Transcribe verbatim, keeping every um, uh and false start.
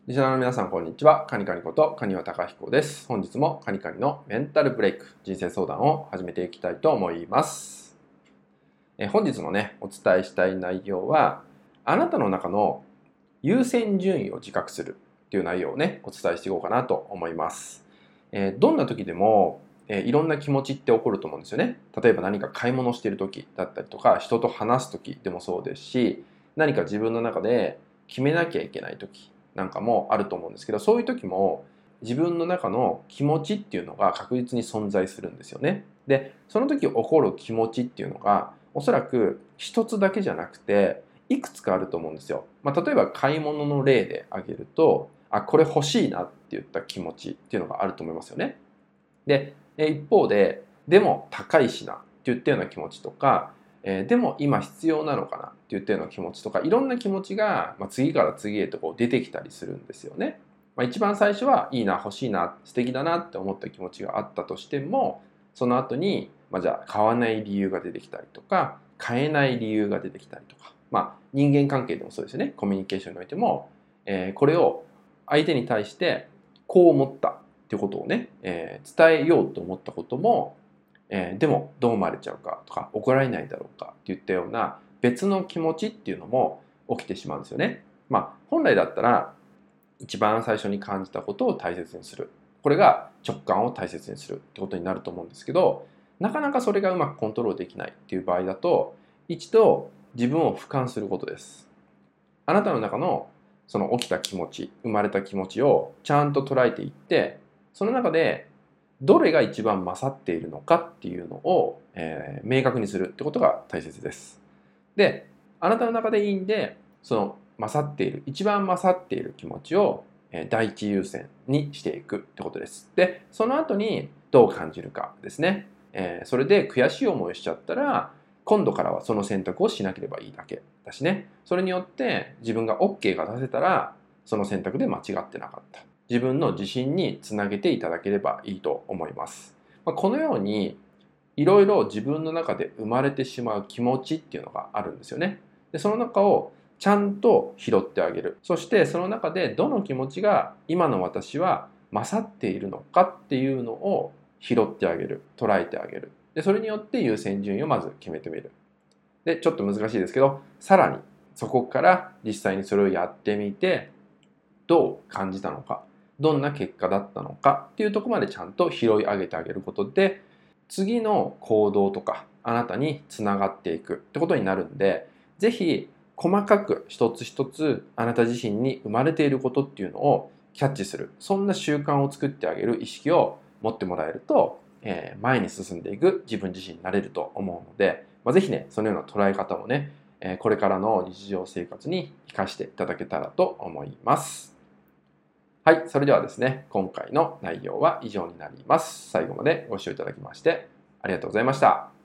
リスナーの皆さん、こんにちは。カニカニことカニワタカヒコです。本日もカニカニのメンタルブレイク、人生相談を始めていきたいと思います。え本日のね、お伝えしたい内容は、あなたの中の優先順位を自覚するっていう内容をね、お伝えしていこうかなと思います。えどんな時でも、えいろんな気持ちって起こると思うんですよね。例えば何か買い物している時だったりとか、人と話す時でもそうですし、何か自分の中で決めなきゃいけない時なんかもあると思うんですけど、そういう時も自分の中の気持ちっていうのが確実に存在するんですよね。で、その時起こる気持ちっていうのがおそらく一つだけじゃなくていくつかあると思うんですよ。まあ、例えば買い物の例で挙げると、あ、これ欲しいなって言った気持ちっていうのがあると思いますよね。で、一方で、でも高いしなって言ったような気持ちとか、えー、でも今必要なのかなって言ったような気持ちとか、いろんな気持ちが、まあ、次から次へとこう出てきたりするんですよね。まあ、一番最初はいいな、欲しいな、素敵だなって思った気持ちがあったとしても、その後に、まあ、じゃあ買わない理由が出てきたりとか、買えない理由が出てきたりとか、まあ、人間関係でもそうですよね。コミュニケーションにおいても、えー、これを相手に対してこう思ったっていうことをね、えー、伝えようと思ったことも、えー、でもどう思われちゃうかとか怒られないだろうかっていったような別の気持ちっていうのも起きてしまうんですよね。まあ本来だったら一番最初に感じたことを大切にする。これが直感を大切にするってことになると思うんですけど、なかなかそれがうまくコントロールできないっていう場合だと、一度自分を俯瞰することです。あなたの中のその起きた気持ち、生まれた気持ちをちゃんと捉えていって、その中でどれが一番勝っているのかっていうのを、えー、明確にするってことが大切です。で、あなたの中でいいんで、その勝っている、一番勝っている気持ちを、えー、第一優先にしていくってことです。で、その後にどう感じるかですね。えー、それで悔しい思いをしちゃったら、今度からはその選択をしなければいいだけだしね。それによって自分が OK が出せたら、その選択で間違ってなかった。自分の自信につなげていただければいいと思います。まあ、このようにいろいろ自分の中で生まれてしまう気持ちっていうのがあるんですよね。で、その中をちゃんと拾ってあげる。そしてその中でどの気持ちが今の私は勝っているのかっていうのを拾ってあげる。捉えてあげる。で、それによって優先順位をまず決めてみる。で、ちょっと難しいですけど、さらにそこから実際にそれをやってみて、どう感じたのか、どんな結果だったのかっていうところまでちゃんと拾い上げてあげることで、次の行動とかあなたにつながっていくってことになるんで、ぜひ細かく一つ一つあなた自身に生まれていることっていうのをキャッチする、そんな習慣を作ってあげる意識を持ってもらえると、えー、前に進んでいく自分自身になれると思うので、まあ、ぜひね、そのような捉え方をね、えー、これからの日常生活に活かしていただけたらと思います。はい、それではですね、今回の内容は以上になります。最後までご視聴いただきましてありがとうございました。